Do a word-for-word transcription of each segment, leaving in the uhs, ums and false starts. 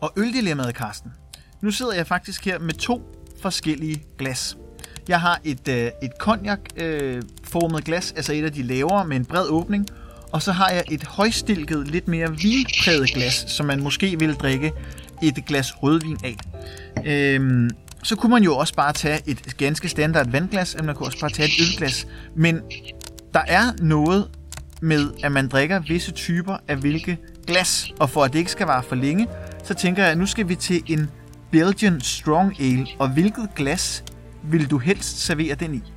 Og øldilemmaet, Carsten. Nu sidder jeg faktisk her med to forskellige glas. Jeg har et, øh, et cognac-formet øh, glas, altså et af de lavere med en bred åbning. Og så har jeg et højstilket, lidt mere vinpræget glas, som man måske vil drikke et glas rødvin af. Øhm, så kunne man jo også bare tage et ganske standard vandglas, eller man kunne også bare tage et ølglas. Men der er noget med, at man drikker visse typer af hvilke glas. Og for at det ikke skal vare for længe, så tænker jeg, at nu skal vi til en Belgian Strong Ale. Og hvilket glas vil du helst servere den i?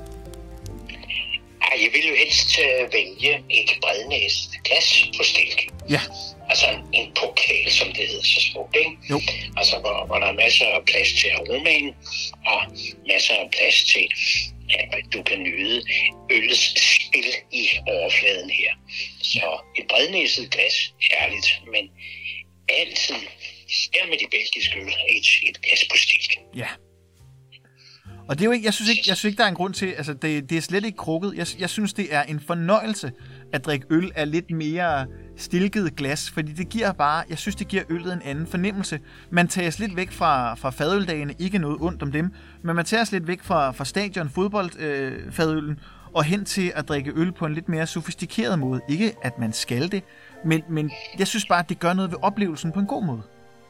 Jeg vil jo helst uh, vælge et brednæset glas på stilk. Ja. Altså en, en pokal, som det hedder så smukt, ikke? Jo. Altså hvor, hvor der er masser af plads til aromaen, og masser af plads til, at du kan nyde øllets spil i overfladen her. Så et brednæset glas, herligt, men altid, især med de belgiske øl, et, et glas på stilk. Ja. Og det er jo ikke, jeg synes ikke, jeg synes ikke, der er en grund til, altså det, det er slet ikke krukket. Jeg, jeg synes, det er en fornøjelse at drikke øl af lidt mere stilket glas, fordi det giver bare, jeg synes, det giver øllet en anden fornemmelse. Man tager os lidt væk fra, fra fadøldagene, ikke noget ondt om dem, men man tager os lidt væk fra, fra stadion, fodbold, øh, fadøllen, og hen til at drikke øl på en lidt mere sofistikeret måde. Ikke at man skal det, men, men jeg synes bare, at det gør noget ved oplevelsen på en god måde.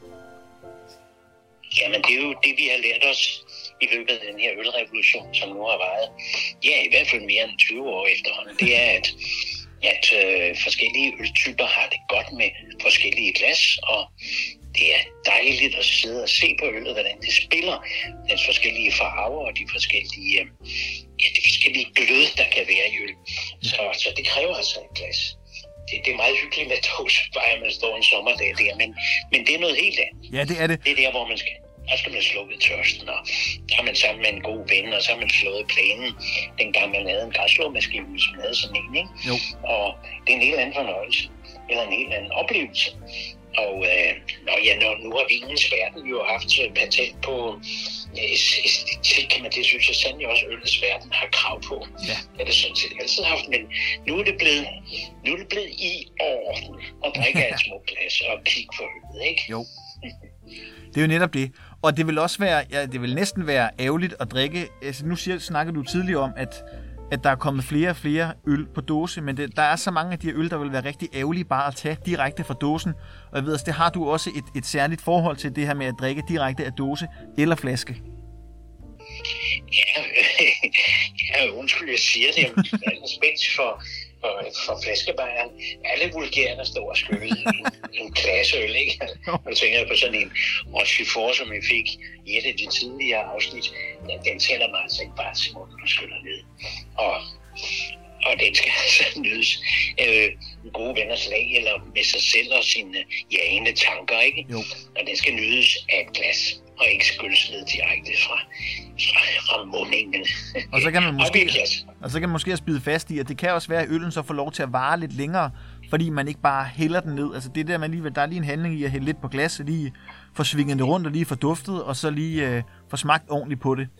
Jamen, det er jo det, vi har lært os i løbet af den her ølrevolution, som nu har varet, ja, i hvert fald mere end tyve år efterhånden. Det er, at, at øh, forskellige øltyper har det godt med forskellige glas, og det er dejligt at sidde og se på øllet, hvordan det spiller, dens forskellige farver og de forskellige, øh, ja, de forskellige glød, der kan være i øl. Så, så det kræver altså et glas. Det, det er meget hyggeligt med dåsebajer, man står en sommerdag der, men, men det er noget helt andet. Ja, det er det. Det er der, hvor man skal. Der skal man slukke tørsten, og så er man sammen med en god ven, og så har man slået planen, dengang man lavede en græsslåmaskine, hvis man havde sådan en, ikke? Jo. Og det er en helt anden fornøjelse, eller en helt anden oplevelse. Og øh, når, ja, når, nu har vinens verden jo haft patent på øh, æstetik, men det synes jeg sandelig også, at øllets verden har krav på. Ja. Det er det sådan set altid haft, men nu er det blevet, nu er det blevet i orden at drikke af et smukt glas og kigge på øllet, ikke? Jo. Det er jo netop det. Og det vil også være, ja, det vil næsten være ærgerligt at drikke. Altså, nu siger, snakker du tidligere om, at, at der er kommet flere og flere øl på dåse, men det, der er så mange af de her øl, der vil være rigtig ærgerlige bare at tage direkte fra dåsen. Og jeg ved, at det har du også et, et særligt forhold til, det her med at drikke direkte af dåse eller flaske. Ja, ja undskyld, jeg siger det, men der er respekt for, for, for flaskebajeren. Alle vulgære, der står og skyller en, en klasseøl, ikke? Og tænker på sådan en Rochefort, som vi fik i et af de tidligere afsnit. Ja, den tæller mig altså ikke bare til munden og skyller ned. Og, og den skal altså nydes øh, gode venners lag, eller med sig selv og sine jagende tanker, ikke? Jo. Og den skal nydes af et glas, og ikke skylles ned direkte fra, fra, fra mundingen. Og så kan man måske, og så kan man måske også bide fast i, at det kan også være, at øllen så får lov til at vare lidt længere, fordi man ikke bare hælder den ned. Altså det der, man lige, der er lige en handling i at hælde lidt på glas, og lige få svinget det rundt, og lige få duftet, og så lige øh, få smagt ordentligt på det.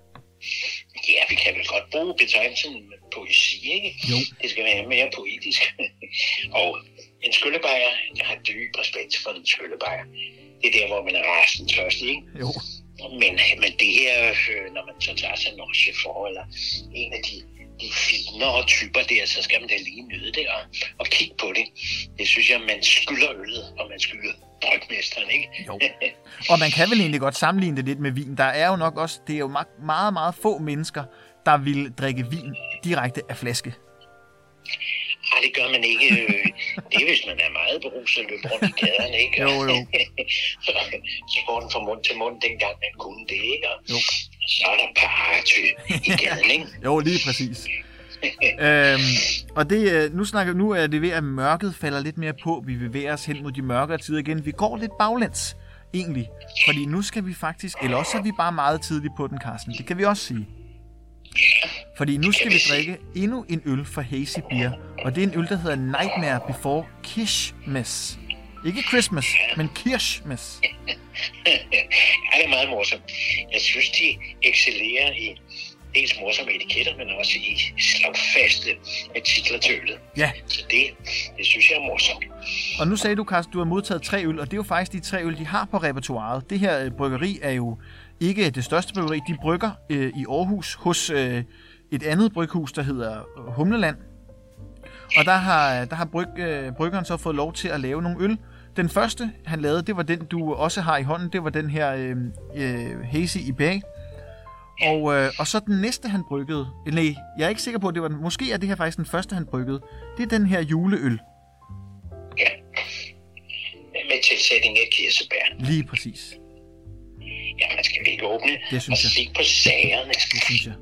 Ja, vi kan vel godt bruge betegnelsen poesi, ikke? Jo. Det skal være mere poetisk. Og en skyllebajer, jeg har dyb respekt for en skyllebajer. Det er der, hvor man er rasende tørstig, ikke? Jo. Men, men det her, når man så tager sig en Rochefort, eller en af de, de finere typer der, så skal man da lige nyde det og, og kigge på det. Det synes jeg, man skylder øllet, og man skylder brygmesteren, ikke? Jo. Og man kan vel egentlig godt sammenligne det lidt med vin. Der er jo nok også, det er jo meget, meget få mennesker, der vil drikke vin direkte af flaske. Nej, det gør man ikke. Det er, hvis man er meget beruset og løber rundt i gaderne, ikke? Jo, jo. så, så går den fra mund til mund, dengang man kunne det, ikke? Og jo. Så er der party i gaden, ikke? Jo, lige præcis. øhm, og det, nu snakker nu er det ved, at mørket falder lidt mere på. Vi bevæger os hen mod de mørkere tider igen. Vi går lidt baglæns, egentlig. Fordi nu skal vi faktisk, eller også er vi bare meget tidligt på den, Carsten. Det kan vi også sige. Fordi nu skal vi drikke endnu en øl fra Hazy Beer. Og det er en øl, der hedder Nightmare Before Christmas. Ikke Christmas, men Kirschmas. Ja, det er meget morsomt. Jeg synes, de excellerer i dels morsomme etiketter, men også i slagfaste titler til øllet. Ja. Så det, det synes jeg er morsomt. Og nu sagde du, Carsten, du har modtaget tre øl, og det er jo faktisk de tre øl, de har på repertoiret. Det her øh, bryggeri er jo ikke det største bryggeri. De brygger øh, i Aarhus hos øh, et andet bryghus, der hedder Humleland. Og der har, der har bryg, øh, bryggeren så fået lov til at lave nogle øl. Den første, han lavede, det var den, du også har i hånden. Det var den her øh, øh, Hazy I P A. Og, øh, og så den næste, han bryggede... Nej, jeg er ikke sikker på, at det var den. Måske er det her faktisk den første, han bryggede. Det er den her juleøl. Ja. Med tilsætning af kirsebær. Lige præcis. Ja, man skal ikke åbne det synes og jeg. se på sagerne. Det synes jeg.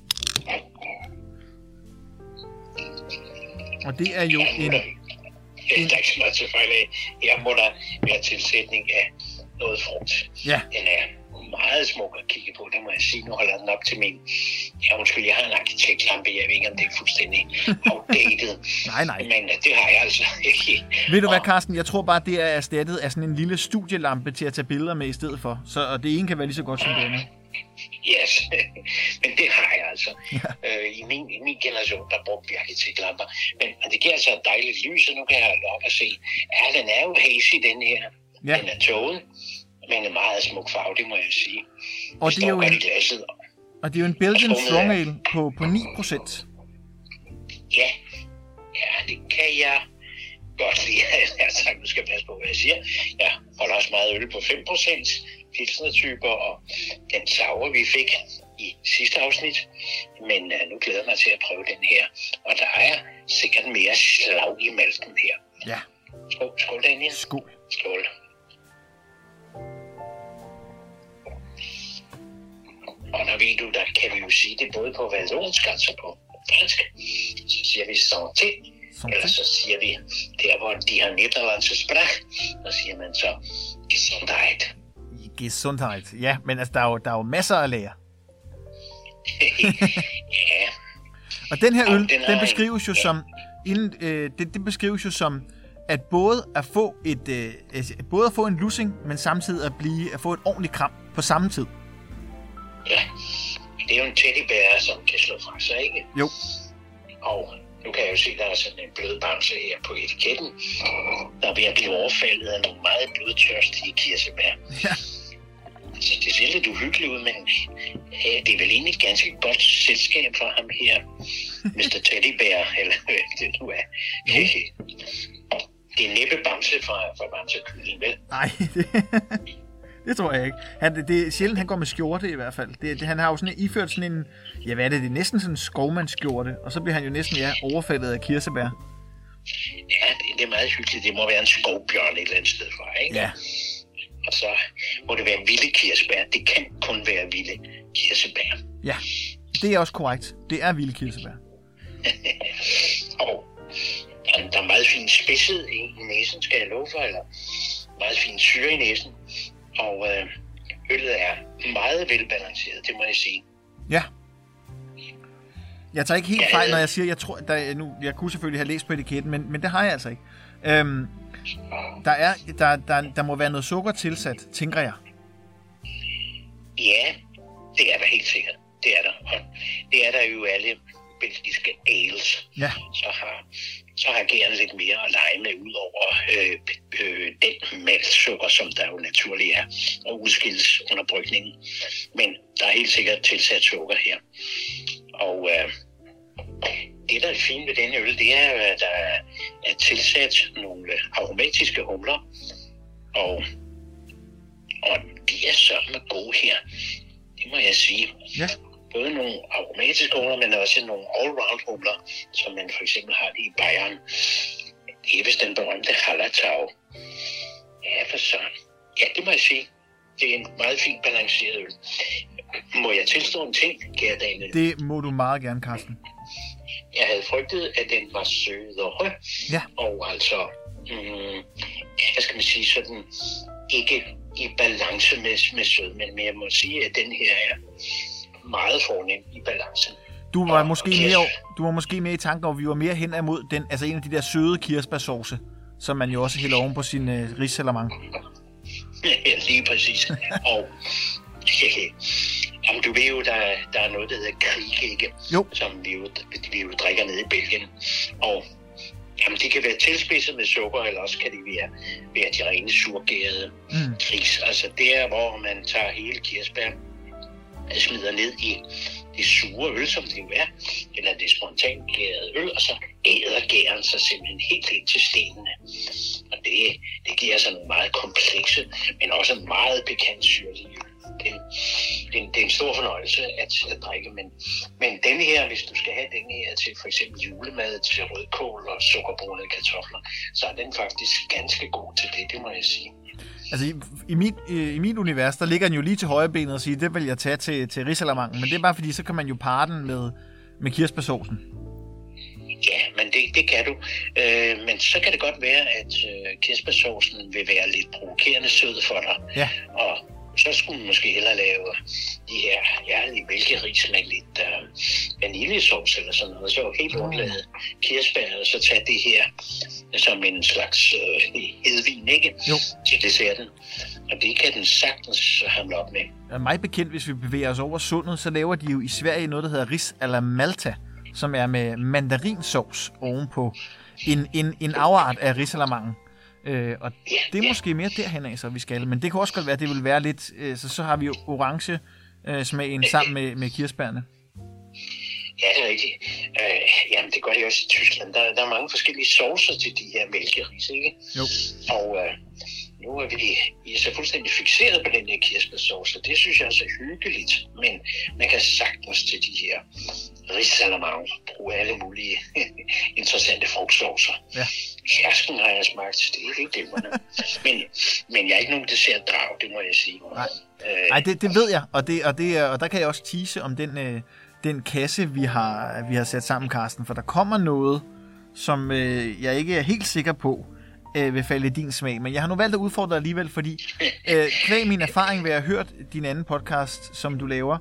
Og det er jo ja, en... Der, en... Der er ikke så meget tilfælde af. Her må der være tilsætning af noget frugt. Ja. Den er meget smuk at kigge på, det må jeg sige. Nu holder den op til min... Ja, undskyld, jeg har en arkitektlampe. Jeg ved ikke, om det er fuldstændig outdated. nej, nej. Men det har jeg altså ikke. Ved du hvad, Carsten? Jeg tror bare, det er erstattet af sådan en lille studielampe til at tage billeder med i stedet for. Så og det ene kan være lige så godt som det andet. Yes, men det har jeg altså. Ja. Øh, i, min, I min generation, der brugte vi arkitektlamper. Men, men det giver altså et dejligt lys, og nu kan jeg holde op og se. Ja, den er jo hazy, den her. Ja. Den er tåget, men en meget smuk farve, det må jeg sige. Og det, det er jo en, og det er jo en Belgian Strong Ale på, på ni procent. Ja, ja, det kan jeg godt lide. Jeg har sagt, du skal passe på, hvad jeg siger. Jeg holder også meget øl på fem procent. Pilsnertyper og den sauer, vi fik i sidste afsnit. Men uh, nu glæder jeg mig til at prøve den her. Og der er sikkert mere slag i mælken her. Ja. Skål, skål Daniel. Skål. Skål. Og når ved du, der kan vi jo sige det både på vallonsk, altså på fransk. Så siger vi santé. santé. Eller så siger vi, der hvor de har nederlandske sprach, så siger man så gesundheit. Gesundheit. Ja, men altså, der er jo, der er jo masser at lære. ja. Og den her øl, den, den beskrives jo ja. som, inden, øh, det, det beskrives jo som, at både at få et, øh, både at få en lussing, men samtidig at blive, at få et ordentligt kram på samme tid. Ja, det er jo en teddybær, som kan slå fra sig, ikke? Jo. Og nu kan jeg jo se, at der er sådan en blød bamse her på etiketten, der er ved at blive overfaldet af nogle meget blodtørstige kirsebær. Ja. Så det ser lidt uhyggeligt ud, men ja, det er vel egentlig et ganske godt selskab for ham her, mister Teddybær, eller hvad det nu er. Ja. Det er næppe bamse fra, fra bamsekylling, vel? Nej, det, det tror jeg ikke. Han, det, det er sjældent, han går med skjorte i hvert fald. Det, det, han har jo sådan iført sådan en, ja hvad er det, det er næsten sådan en skovmandsskjorte, og så bliver han jo næsten ja, overfaldet af kirsebær. Ja, det, det er meget hyggeligt. Det må være en skovbjørn et eller andet sted fra, ikke? Ja. Og så må det være vilde kirsebær. Det kan kun være vilde kirsebær. Ja, det er også korrekt. Det er vilde kirsebær. Og der er meget fin spidset i, i næsen, skal jeg love for, eller meget fin syre i næsen. Og øh, øllet er meget velbalanceret, det må jeg sige. Ja. Jeg tager ikke helt fejl, når jeg siger, jeg tror, der, nu, jeg kunne selvfølgelig have læst på etiketten, men, men det har jeg altså ikke. Øhm, der, er, der, der, der må være noget sukker tilsat, tænker jeg. Ja, det er der helt sikkert. Det er der. Og det er der jo alle belgiske ales. Ja. Så har, så har gæren lidt mere at lege med ud over øh, øh, den maltsukker, som der jo naturligt er, og udskilles under brygningen. Men der er helt sikkert tilsat sukker her. Og øh, det, der er fint ved denne øl, det er, at der er tilsat nogle aromatiske humler, og, og de er sådan gode her. Det må jeg sige. Ja. Både nogle aromatiske humler, men også nogle all-round humler, som man for eksempel har i Bayern. Det er vist den berømte Hallertau. Ja, for sådan. Ja, det må jeg sige. Det er en meget fint balanceret øl. Må jeg tilstå en ting, kære Daniel? Det må du meget gerne, Carsten. Jeg havde frygtet, at den var sødere. Ja. Og altså, mm, hvad skal man sige, sådan ikke i balance med, med sød, men jeg må sige, at den her er meget fornem i balancen. Du var, og, måske og mere, du var måske mere i tanke om, at vi var mere hen imod den, altså en af de der søde kirsebærsauce, som man jo også hælder oven på sin uh, risalamande. Ja, lige præcis. Og jamen, du ved jo, der, der er noget, der hedder Krieg, ikke? Jo. Som vi jo, vi jo drikker nede i Belgien. Og jamen, det det kan være tilspidset med sukker, eller også kan det være, være de rene surgærede mm. ris. Altså det er, hvor man tager hele kirsebær og smider ned i det sure øl, som det jo er, eller det spontant gærede øl, og så æder gæren sig simpelthen helt ind til stenene. Og det, det giver sådan nogle meget komplekse, men også meget bekendt syrlige øl. Det, det, det er en stor fornøjelse at, at drikke, men, men denne her, hvis du skal have denne her til for eksempel julemad, til rødkål og sukkerbrunede kartofler, så er den faktisk ganske god til det, det må jeg sige. Altså i, i, mit, i, i mit univers, der ligger den jo lige til højre benet og sige, det vil jeg tage til, til risalamangen, men det er bare fordi, så kan man jo parre den med, med kirsebærsaucen. Ja, men det, det kan du. Øh, men så kan det godt være, at øh, kirsebærsaucen vil være lidt provokerende sød for dig. Ja. Og så skulle man måske hellere lave de her herlige mælkeris med lidt øh, vaniljesauce eller sådan noget. Så helt undladet kirsebær, og så tage det her som en slags øh, hedvin, ikke? Jo. Til desserten. Og det kan den sagtens hamle op med. Det er meget bekendt, hvis vi bevæger os over sundet, så laver de jo i Sverige noget, der hedder ris alla Malta, som er med mandarinsauce ovenpå. En, en, en afart af risalamangen. Øh, og ja, det er ja. måske mere derhen af, så vi skal. Men det kan også godt være, at det vil være lidt... Øh, så, så har vi jo orange øh, smagen sammen med, med kirsebærne. Ja, det er rigtigt. Øh, jamen, det gør det også i Tyskland. Der, der er mange forskellige saucer til de her mælkeris, ikke? Jo. Og øh, nu er vi, vi er så fuldstændig fixeret på den her kirsebærsauce. Det synes jeg også er hyggeligt. Men man kan sagtens til de her risalamande bruge alle mulige interessante frugtsaucer. Ja. Fersken har jeg smagt. Det er helt glimrende. men, men jeg er ikke nogen dessertdrag, det må jeg sige. Nej, øh, Ej, det, det ved jeg. Og, det, og, det, og der kan jeg også tease om den... Øh, den kasse, vi har, vi har sat sammen, Carsten, for der kommer noget, som øh, jeg ikke er helt sikker på, øh, vil falde i din smag. Men jeg har nu valgt at udfordre dig alligevel, fordi øh, kvæg min erfaring ved at have hørt din anden podcast, som du laver,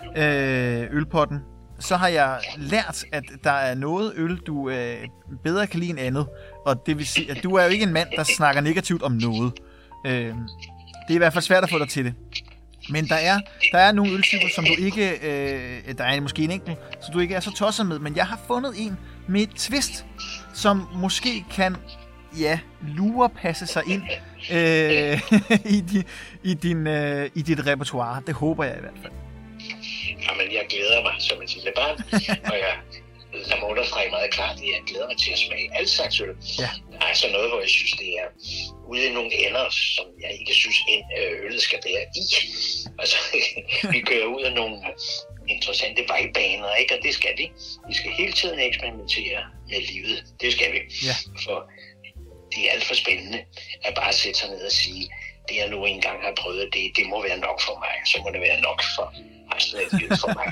øh, Ølpotten, så har jeg lært, at der er noget øl, du øh, bedre kan lide end andet. Og det vil sige, at du er jo ikke en mand, der snakker negativt om noget. Øh, det er i hvert fald svært at få dig til det. Men der er, der er nogle øltyper, som du ikke... Øh, der er måske en enkelt, så du ikke er så tosset med. Men jeg har fundet en med et twist, som måske kan, ja, lurepasse sig ind øh, i, di, i, din, øh, i dit repertoire. Det håber jeg i hvert fald. Jamen, jeg glæder mig som et lille barn, og jeg... Lad mig understrege meget klart, at jeg glæder mig til at smage alt slags øl. Ja. Der er så noget, hvor jeg synes, det er ude i nogle ender, som jeg ikke synes, at øllet skal være i. Altså, vi kører ud af nogle interessante vejbaner, ikke? Og det skal vi. Vi skal hele tiden eksperimentere med livet. Det skal vi. Ja. For det er alt for spændende at bare sætte sig ned og sige, det jeg nu engang har prøvet, det, det må være nok for mig. Så må det være nok for resten af livet for mig.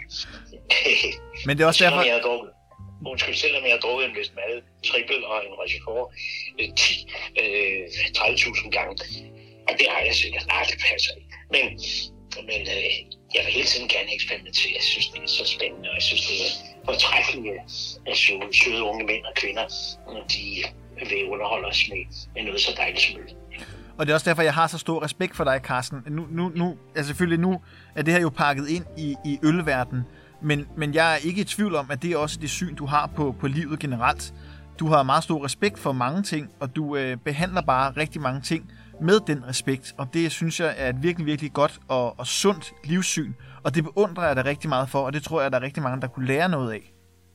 Men det er også derfor... Undskyld, selvom jeg har drukket en vist mad, trippel og en Rochefort øh, ti, øh, tredive tusind gange. Og det har jeg sikkert. Nej, det passer ikke. Men, men øh, jeg vil hele tiden gerne eksperimentere. Jeg synes, det er så spændende, og jeg synes, det er fortræffelige at søde, søde unge mænd og kvinder, når de vil underholde os med, med noget så dejligt som øl. Og det er også derfor, jeg har så stor respekt for dig, Carsten. Nu, nu, nu, altså selvfølgelig nu er det her jo pakket ind i, i ølverdenen. Men, men jeg er ikke i tvivl om, at det er også det syn, du har på, på livet generelt. Du har meget stor respekt for mange ting, og du øh, behandler bare rigtig mange ting med den respekt. Og det synes jeg er et virkelig, virkelig godt og, og sundt livssyn. Og det beundrer jeg dig rigtig meget for, og det tror jeg, at der er rigtig mange, der kunne lære noget af.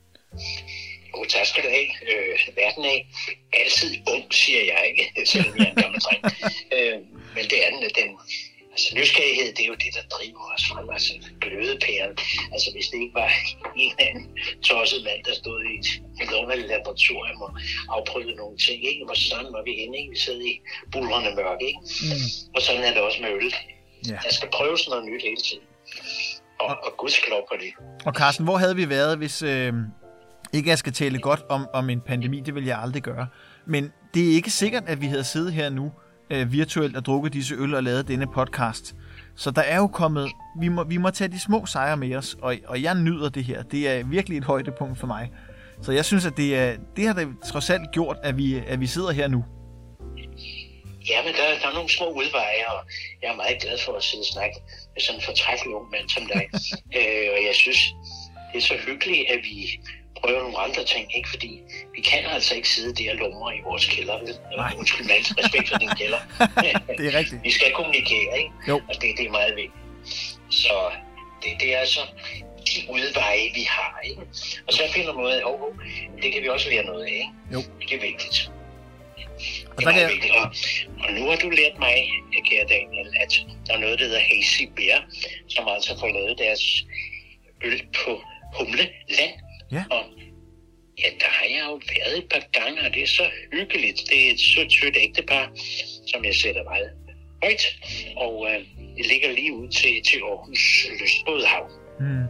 Jo, tak skal du have. Øh, verden af. Altid ung, siger jeg ikke, selvom jeg er en gammel dreng. øh, men det er den, den altså nysgerrighed, det er jo det, der driver os frem. Altså glødepæren. Altså hvis det ikke var en eller anden tosset mand, der stod i et, et underligt laboratorium og afprøvede nogle ting, ikke? Hvor sådan var vi henne, ikke? Vi sad i bulrende mørke, ikke? Mm. Og sådan er det også med øl. Yeah. Der skal prøves noget nyt hele tiden. Og, og, og gudskelov på det. Og Carsten, hvor havde vi været, hvis... Øh... Ikke at jeg skal tale godt om, om en pandemi, det vil jeg aldrig gøre. Men det er ikke sikkert, at vi havde siddet her nu øh, virtuelt og drukket disse øl og lavet denne podcast. Så der er jo kommet... Vi må, vi må tage de små sejre med os, og, og jeg nyder det her. Det er virkelig et højdepunkt for mig. Så jeg synes, at det, er, det har det trods alt gjort, at vi, at vi sidder her nu. Ja, men der, der er nogle små udveje, og jeg er meget glad for at sidde og snakke med sådan en fortræffelig ung mand som dig. øh, og jeg synes, det er så hyggeligt, at vi prøve nogle andre ting, ikke? Fordi vi kan altså ikke sidde der og lumre i vores kælder. Undskyld med alt respekt for din kælder. Det er rigtigt. Vi skal kommunikere, ikke? Jo. Og det, det er meget vigtigt. Så det, det er altså de udveje, vi har, ikke? Og så finder man ud af, at oh, det kan vi også lære noget af, ikke? Jo. Det er vigtigt. Og, Det der er kan meget vigtigt. Og, og nu har du lært mig, kære Daniel, at der er noget, der hedder Hazy Bear, som altså får lavet deres øl på Humleland. Ja. Og ja, der har jeg jo været et par gange, og det er så hyggeligt. Det er et sødt, sødt ægtepar, som jeg sætter meget højt. Og øh, det ligger lige ud til, til Aarhus Lystbådehavn. Mm.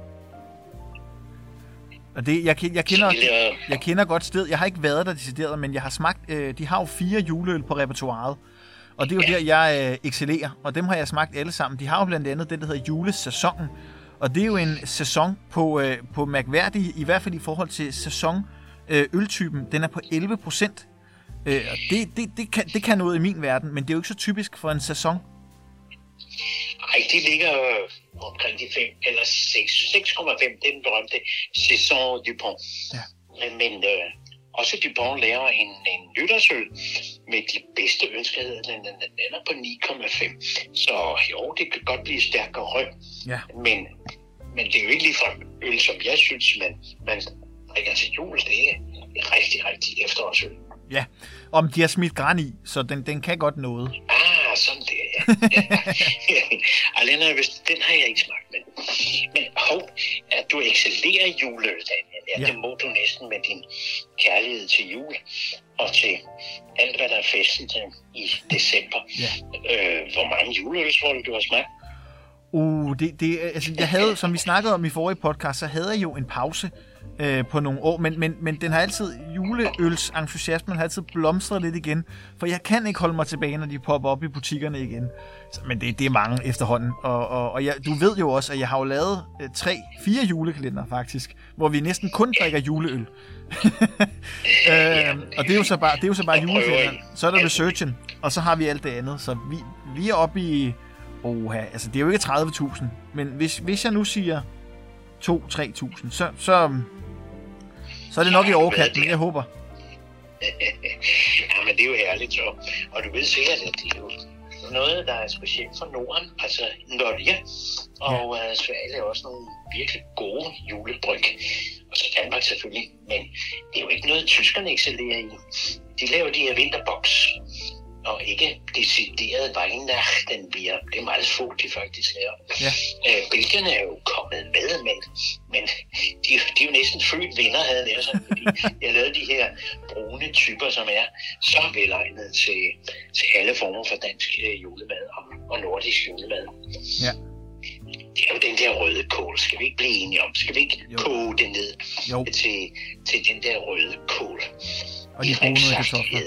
Og det, jeg, jeg, kender, jeg, jeg kender godt sted. Jeg har ikke været der decideret, men jeg har smagt. Øh, de har jo fire juleøl på repertoiret. Og det er jo ja. der, jeg øh, excellerer. Og dem har jeg smagt alle sammen. De har jo blandt andet det, der hedder julesæsonen. Og det er jo en sæson på, øh, på mærkværdig, i hvert fald i forhold til sæson øh, øltypen. Den er på elleve procent. Øh, og det, det, det, kan, det kan noget i min verden, men det er jo ikke så typisk for en sæson. Ej, de ligger øh, omkring de fem eller seks komma fem. Det er den berømte Saison Dupont. Ja. Men øh, også Dupont laver en, en nytårsøl med de bedste ønskeheder. Den, den, den er på ni komma fem. Så jo, det kan godt blive stærk og rød. Ja. Men, men det er jo ikke ligefrem øl, som jeg synes, man, man drikker til jul. Det er rigtig, rigtig efterårsøl. Ja, om de har smidt gran i, så den, den kan godt noget. Ah, sådan det, ja. Alena, den har jeg ikke smagt, men, men hov, at du excellerer i juleøl, Daniel. Ja, ja, det må du næsten med din kærlighed til jul og til alt, hvad der er festligt i december. Ja. Øh, hvor mange juleøl tror du, du har smagt? Uh, det, det, altså, jeg havde, som vi snakkede om i forrige podcast, så havde jeg jo en pause øh, på nogle år, men, men, men den har altid, juleøls entusiasmen har altid blomstret lidt igen, for jeg kan ikke holde mig tilbage, når de popper op i butikkerne igen. Så, men det, det er mange efterhånden, og, og, og jeg, du ved jo også, at jeg har jo lavet øh, tre, fire julekalender faktisk, hvor vi næsten kun drikker juleøl. øh, og det er jo så bare, det er jo så bare julekalenderen. Så er der researchen, og så har vi alt det andet, så vi, vi er oppe i Oha, altså det er jo ikke tredive tusind, men hvis, hvis jeg nu siger to til tre tusind, så, så, så er det nok i overkant, men jeg håber. Ja, men det er jo herligt, så. Og du ved sikkert, at det er jo noget, der er specielt for Norden, altså Norge, og ja. uh, Sverige laver også nogle virkelig gode julebryg, og så Danmark selvfølgelig, men det er jo ikke noget, tyskerne excellerer i. De laver de her vinterboks, og ikke decideret Weihnachten bliver. Det er meget få, de faktisk her. Ja. Øh, Belgierne er jo kommet med, men, men de, de er jo næsten født vinder, havde jeg sagt, fordi jeg lavede de her brune typer, som er så velegnet til, til alle former for dansk øh, julemad og, og nordisk julemad. Ja. Det er jo den der røde kål. Skal vi ikke blive enige om? Skal vi ikke jo. koge det ned til, til den der røde kål? Og de brune kartofler.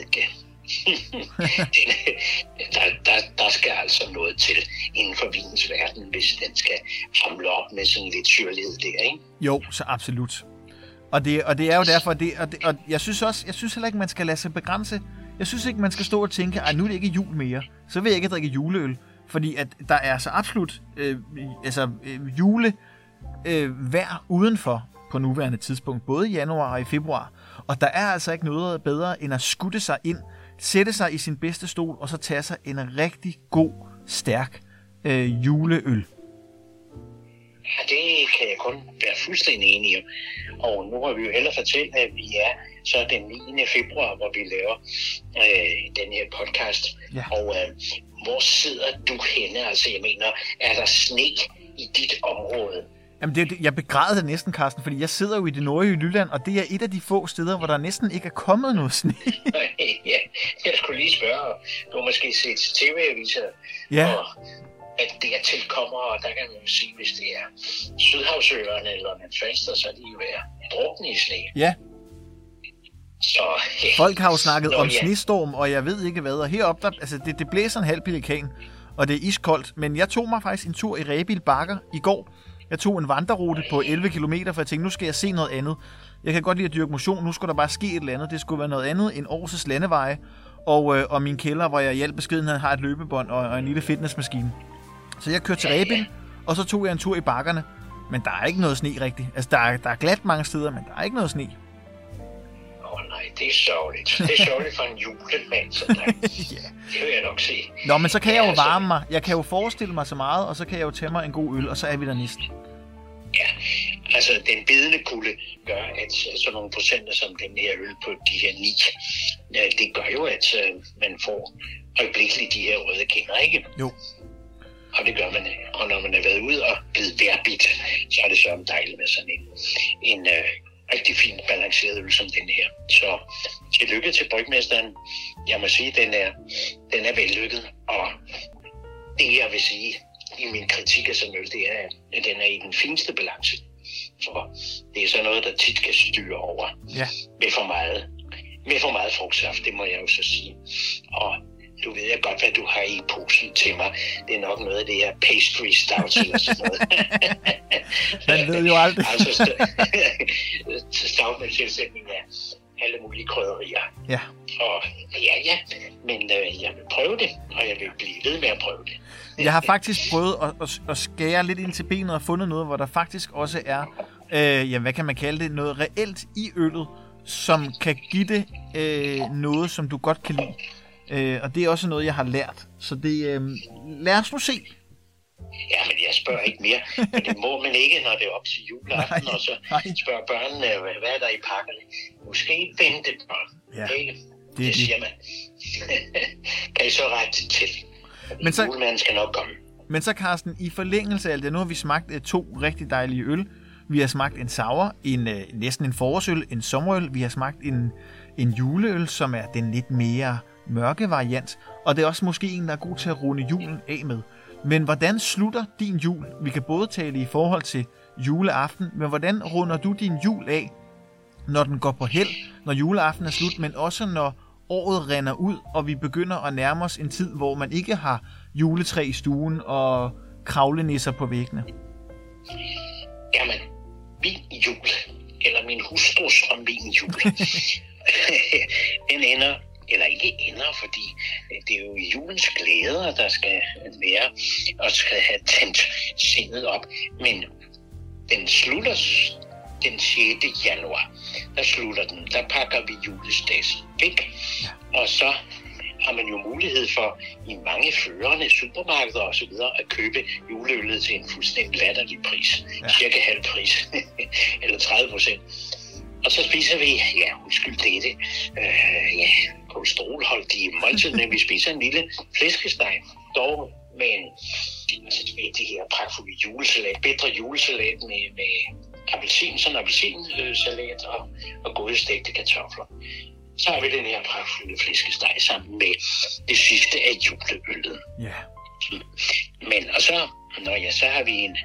der, der, der skal altså noget til inden for vinens verden, hvis den skal hamle op med sådan lidt syrlighed der, ikke? Jo, så absolut. Og det, og det er jo derfor, det, og, det, og jeg synes også, jeg synes heller ikke, man skal lade sig begrænse. Jeg synes ikke, man skal stå og tænke, at nu er det ikke jul mere. Så vil jeg ikke drikke juleøl. Fordi at der er så absolut øh, altså, øh, jule øh, vejr udenfor på nuværende tidspunkt, både i januar og i februar. Og der er altså ikke noget bedre, end at skutte sig ind, sætte sig i sin bedste stol, og så tage sig en rigtig god, stærk øh, juleøl. Ja, det kan jeg kun være fuldstændig enig om. Og nu har vi jo heller fortalt, at vi er så den niende februar, hvor vi laver øh, den her podcast. Ja. Og øh, hvor sidder du henne? Altså, jeg mener, er der sne i dit område? Jamen, det, det, jeg begræder det næsten, Carsten, fordi jeg sidder jo i det nordlige Jylland, og det er et af de få steder, hvor der næsten ikke er kommet noget sne. Ja, jeg skulle lige spørge. Du har måske set tv-aviser, ja. Og at det er tilkommer, og der kan man jo sige, hvis det er Sydhavsøerne eller Falster, så er de jo være drukne i sne. Ja. Så, ja. Folk har jo snakket Nå, om ja. snestorm, og jeg ved ikke hvad, og heroppe, der, altså det, det blæser en halv pelikan, og det er iskoldt, men jeg tog mig faktisk en tur i Rebild Bakker i går. Jeg tog en vandrerute på elleve kilometer, for jeg tænkte, nu skal jeg se noget andet. Jeg kan godt lide at dyrke motion, nu skulle der bare ske et eller andet. Det skulle være noget andet end Aarhus' landeveje, og, øh, og min kælder, hvor jeg i al beskedenhed har et løbebånd og, og en lille fitnessmaskine. Så jeg kørte til Rebild, og så tog jeg en tur i bakkerne, Men der er ikke noget sne rigtigt. Altså, der er, der er glat mange steder, men der er ikke noget sne. Åh oh, nej, det er sørgeligt. Det er sørgeligt for en julemand, så der. Ja. Det vil jeg nok se. Nå, men så kan jeg jo varme mig. Jeg kan jo forestille mig så meget, og så kan jeg jo tage mig en god øl, og så er vi der næsten. Ja, altså den bidende kulde gør, at sådan nogle procenter som den her øl på de her ni, det gør jo, at man får øjeblikkeligt de her røde kinder, ikke? Jo. Og det gør man, og når man er været ude og blevet værbit, så er det så dejligt med sådan en, en uh, rigtig fint balanceret øl som den her. Så tillykke til brygmesteren. Jeg må sige, den er, den er vellykket, og det jeg vil sige i min kritik af sådan øl, det er, at den er i den fineste balance. For det er så noget, der tit kan styre over ja. med for meget, med for meget frugtsaft, det må jeg jo så sige. Og du ved jeg godt, hvad du har i posen til mig. Det er nok noget af det her pastry stout eller sådan noget. Man ved jo aldrig. altså stout med tilsætning af alle mulige krydderier. Ja. Og ja, ja, men øh, jeg vil prøve det, og jeg vil blive ved med at prøve det. Jeg har faktisk prøvet at, at, at skære lidt ind til benet og fundet noget, hvor der faktisk også er, øh, ja, hvad kan man kalde det, noget reelt i øllet, som kan give det øh, noget, som du godt kan lide. Øh, og det er også noget, jeg har lært. Så det, øh, lad os nu se. Ja, men jeg spørger ikke mere. Men det må man ikke, når det er op til juleaften. Nej, og så nej. spørger børnene, hvad er der i pakkerne? Måske ventebørn. Ja, ikke? Det, det siger man. Kan I så rette til? Men så, julemanden skal nok komme. Men så, Carsten, i forlængelse af alt det, nu har vi smagt uh, to rigtig dejlige øl. Vi har smagt en sour, en, uh, næsten en forårsøl, en sommerøl. Vi har smagt en, en juleøl, som er den lidt mere mørke variant. Og det er også måske en, der er god til at runde julen af med. Men hvordan slutter din jul? Vi kan både tale i forhold til juleaften, men hvordan runder du din jul af, når den går på held, når juleaften er slut, men også når året render ud, og vi begynder at nærme os en tid, hvor man ikke har juletræ i stuen og kravlenisser på væggene? Jamen, min jul, eller min hustrus og min jul, den ender, eller ikke ender, fordi det er jo julens glæder, der skal være, og skal have tændt sindet op. Men den slutter den sjette januar. Der slutter den. Der pakker vi julestads væk. Ja. Og så har man jo mulighed for i mange førende supermarkeder og så videre at købe juleøllet til en fuldstændig latterlig pris. Ja. Cirka halv pris. Eller tredive procent. Og så spiser vi, ja, undskyld det, øh, ja, kolesterolholdige måltid, men vi spiser en lille flæskesteg, dog med en, altså det her pragtfulde julesalat, bedre julesalat med, med appelsin, sådan appelsinsalat og, og gode stegte kartofler. Så har vi den her pragtfulde flæskesteg sammen med det sidste af juleøllet. Ja. Yeah. Men og så, når ja, så har vi en,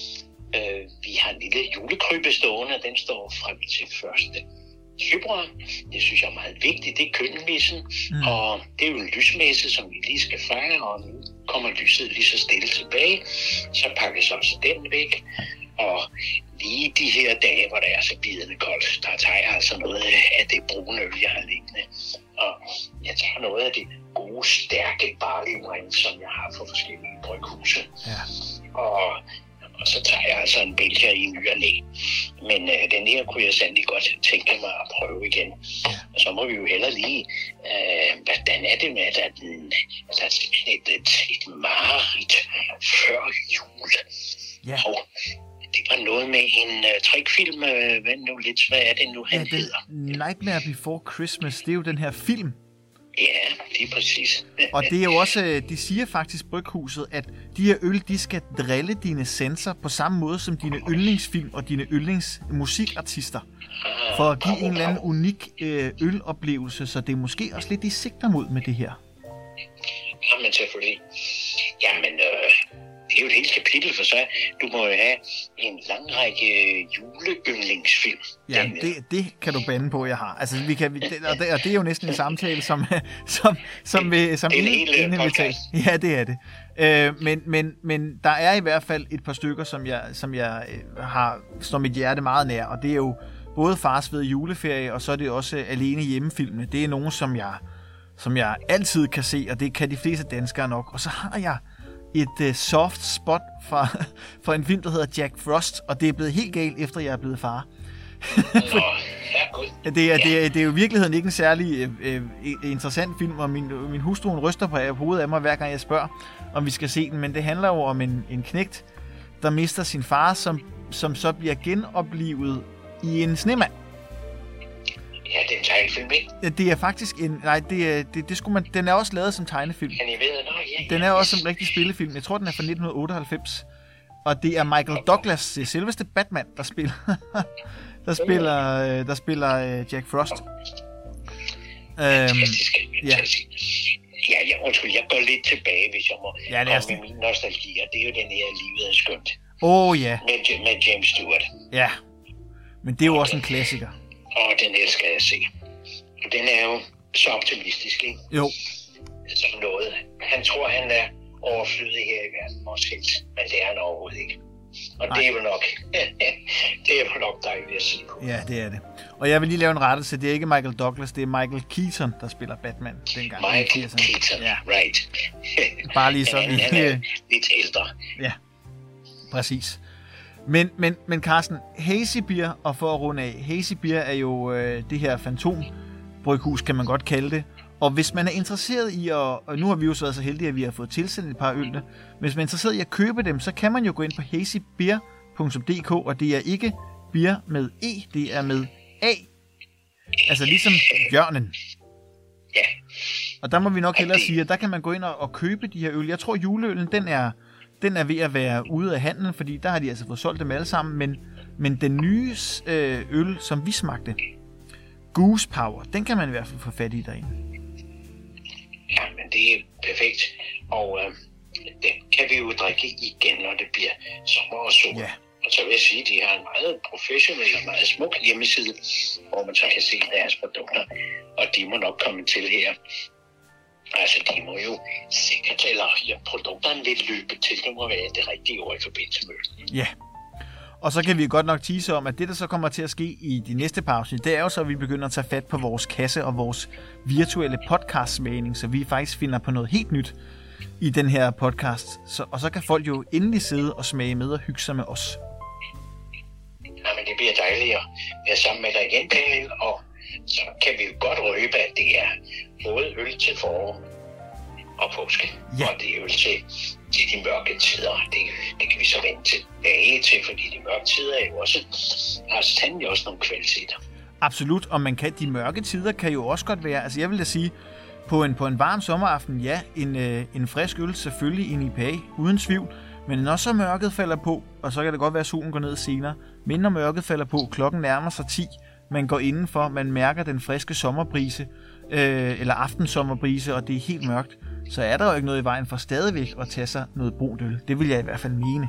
øh, vi har en lille julekrybbe stående, den står frem til første februar. Det synes jeg er meget vigtigt. Det er køkkenmessen, mm. og det er jo en lysmesse, som vi lige skal fejre, og nu kommer lyset lige så stille tilbage. Så pakkes også den væk. Og lige de her dage, hvor det er så bidende koldt, der tager jeg altså noget af det brune øl, jeg har liggende. Og jeg tager noget af det gode, stærke barley-wine, som jeg har fra forskellige bryghuse. Ja. Og Og så tager jeg altså en Belgier i ny og næ. Men øh, den her kunne jeg sandelig godt tænke mig at prøve igen. Og så må vi jo heller lige, øh, hvordan er det med, at der er, den, at der er et, et, et mareridt før jul. Ja. Og det var noget med en uh, trickfilm. Øh, hvad nu lidt, hvad er det nu, han ja, hedder? Nightmare Before Christmas, det er jo den her film. Ja, det er præcis. Og det er jo også, de siger faktisk Bryghuset, at de her øl, de skal drille dine sensorer på samme måde som dine yndlingsfilm og dine yndlingsmusikartister. For at give en eller anden unik øh, øloplevelse, så det er måske også lidt, de sigter mod med det her. Jamen selvfølgelig. Jamen, øh, det er jo et helt kapitel for sig. Du må jo have en lang række juleyndlingsfilm. Ja, det, det kan du bande på, jeg har. Altså, vi kan, det, og, det, og det er jo næsten en samtale, som som som vi som inden vi tager. Ja, det er det. Øh, men men men der er i hvert fald et par stykker, som jeg som jeg har står mit hjerte meget nær, og det er jo både Fars ved juleferie, og så er det også Alene hjemmefilmene. Det er nogen, som jeg som jeg altid kan se, og det kan de fleste danskere nok. Og så har jeg et uh, soft spot fra, fra en film, der hedder Jack Frost, og det er blevet helt galt, efter jeg er blevet far. Nå, ja, god. det, er, det, er, det er jo i virkeligheden ikke en særlig øh, øh, interessant film, og min, min hustru hun ryster på, på hovedet af mig, hver gang jeg spørger, om vi skal se den, men det handler jo om en, en knægt, der mister sin far, som, som så bliver genoplivet i en snemand. Ja, det er en tegnefilm, ikke? Ja, det er faktisk en... Nej, det, er, det, det skulle man... Den er også lavet som tegnefilm. Kan I ved, nå, ja, ja. Den er også som rigtig spillefilm. Jeg tror, den er fra nitten otteoghalvfems. Og det er Michael Douglas, det selveste Batman, der spiller... der spiller, der spiller Jack Frost. Fantastisk. Øhm, ja. Ja, jeg, undskyld, jeg går lidt tilbage, hvis jeg må ja, det er komme med min nostalgi, og det er jo den her Livet er skønt. Åh, oh, ja. Med, med James Stewart. Ja, men det er jo og også den, en klassiker. Og den elsker jeg at se. Og den er jo så optimistisk, ikke? Jo. Som noget. Han tror, han er overflødig her i verden, også helt, men det er han overhovedet ikke. Og Nej. det er jo nok, det er jo nok dejligt at se på. Ja, det er det. Og jeg vil lige lave en rettelse. Det er ikke Michael Douglas, det er Michael Keaton, der spiller Batman dengang. Michael Keaton, ja. Right. Bare lige så. Han, han er lidt ældre. Ja, præcis. Men, men, men Carsten, Hazy Beer, og for at runde af, Hazy Beer er jo øh, det her fantombryghus, kan man godt kalde det. Og hvis man er interesseret i at, og nu har vi jo så været så heldige, at vi har fået tilsendt et par ølene, hvis man er interesseret i at købe dem, så kan man jo gå ind på hazy beer punktum d k, og det er ikke beer med E, det er med A. Altså ligesom bjørnen. Ja. Og der må vi nok hellere sige, at der kan man gå ind og, og købe de her øl. Jeg tror, juleølen, den er, den er ved at være ude af handlen, fordi der har de altså fået solgt dem alle sammen, men, men den nye øh, øl, som vi smagte, Goose Power, den kan man i hvert fald få fat i derinde. Ja, men det er perfekt. Og øh, det kan vi jo drikke igen, når det bliver sommer og sol. Ja. Og så vil jeg sige, at de har en meget professionel og meget smuk hjemmeside, hvor man så kan se deres produkter. Og de må nok komme til her. Altså, de må jo sikkert, eller ja, produkterne lidt løbe til. Det må være det rigtige ord i forbindelse med det. Ja. Og så kan vi godt nok tease om, at det, der så kommer til at ske i de næste par afsnit, det er jo så, at vi begynder at tage fat på vores kasse og vores virtuelle podcast-smagning, så vi faktisk finder på noget helt nyt i den her podcast. Så, og så kan folk jo endelig sidde og smage med og hygge sig med os. Jamen, det bliver dejligt at være sammen med dig igen, Daniel, og så kan vi jo godt røbe, at det er både øl til forår og påske, ja. Og det er øl til, til de mørke tider. Det, det kan vi så vende tilbage til, fordi de mørke tider er jo også, har sandelig også nogle kvaliteter. Absolut, og man kan, de mørke tider kan jo også godt være, altså jeg vil da sige, på en, på en varm sommeraften, ja, en, øh, en frisk øl, selvfølgelig en I P A, uden tvivl, men når så mørket falder på, og så kan det godt være, at solen går ned senere, men når mørket falder på, klokken nærmer sig ti, man går indenfor, man mærker den friske sommerbrise, øh, eller aftensommerbrise, og det er helt mørkt, så er der jo ikke noget i vejen for stadigvæk at tage sig noget brunt øl. Det vil jeg i hvert fald mene.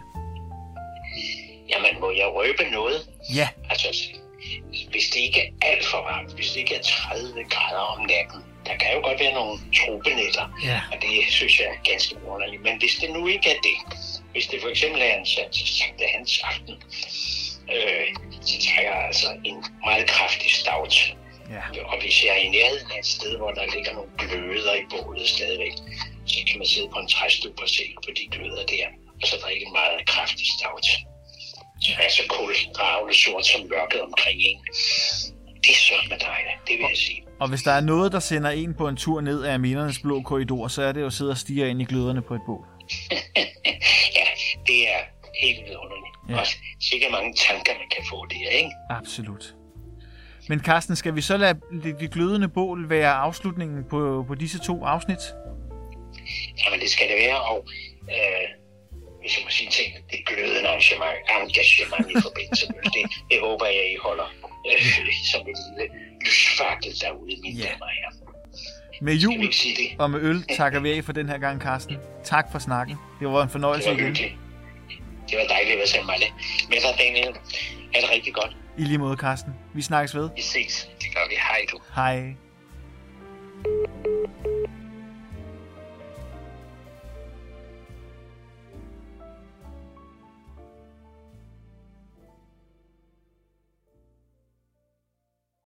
Jamen, må jeg røbe noget? Ja. Altså, hvis det ikke er alt for varmt, hvis det ikke er tredive grader om natten, der kan jo godt være nogle tropenætter, ja. Og det synes jeg er ganske underligt. Men hvis det nu ikke er det, hvis det for eksempel er en Sankt Hans aften, øh, så tager jeg altså en meget kraftig stout. Ja. Og hvis jeg er i nærheden af et sted, hvor der ligger nogle gløder i bålet stadigvæk, så kan man sidde på en træstub og se på de gløder der, og så drikke en meget kraftig stout. Så er så kuldragende sort som mørket omkring en. Det er så med dejligt, det vil jeg sige. Og hvis der er noget, der sender en på en tur ned af minernes blå korridor, så er det jo at sidde og stige ind i gløderne på et bål. Ja, det er helt vidunderligt. Ja. Og sikkert mange tanker, man kan få der, ikke? Absolut. Men Carsten, skal vi så lade de glødende bål være afslutningen på, på disse to afsnit? Jamen, det skal det være, og øh, hvis jeg må sige ting, det glødende engagement, engagement i forbindelse med det, det håber jeg, I holder øh, som en lille lysfakkel derude, mine ja. damer her. Med jul og med øl takker vi af for den her gang, Carsten. Tak for snakken. Det var en fornøjelse igen. Det var igen. Det var dejligt at være sammen med dig. Med dig, Daniel. Ha' det rigtig godt. I lige måde, Carsten. Vi snakkes ved. Vi ses. Det gør vi. Hej du. Hej.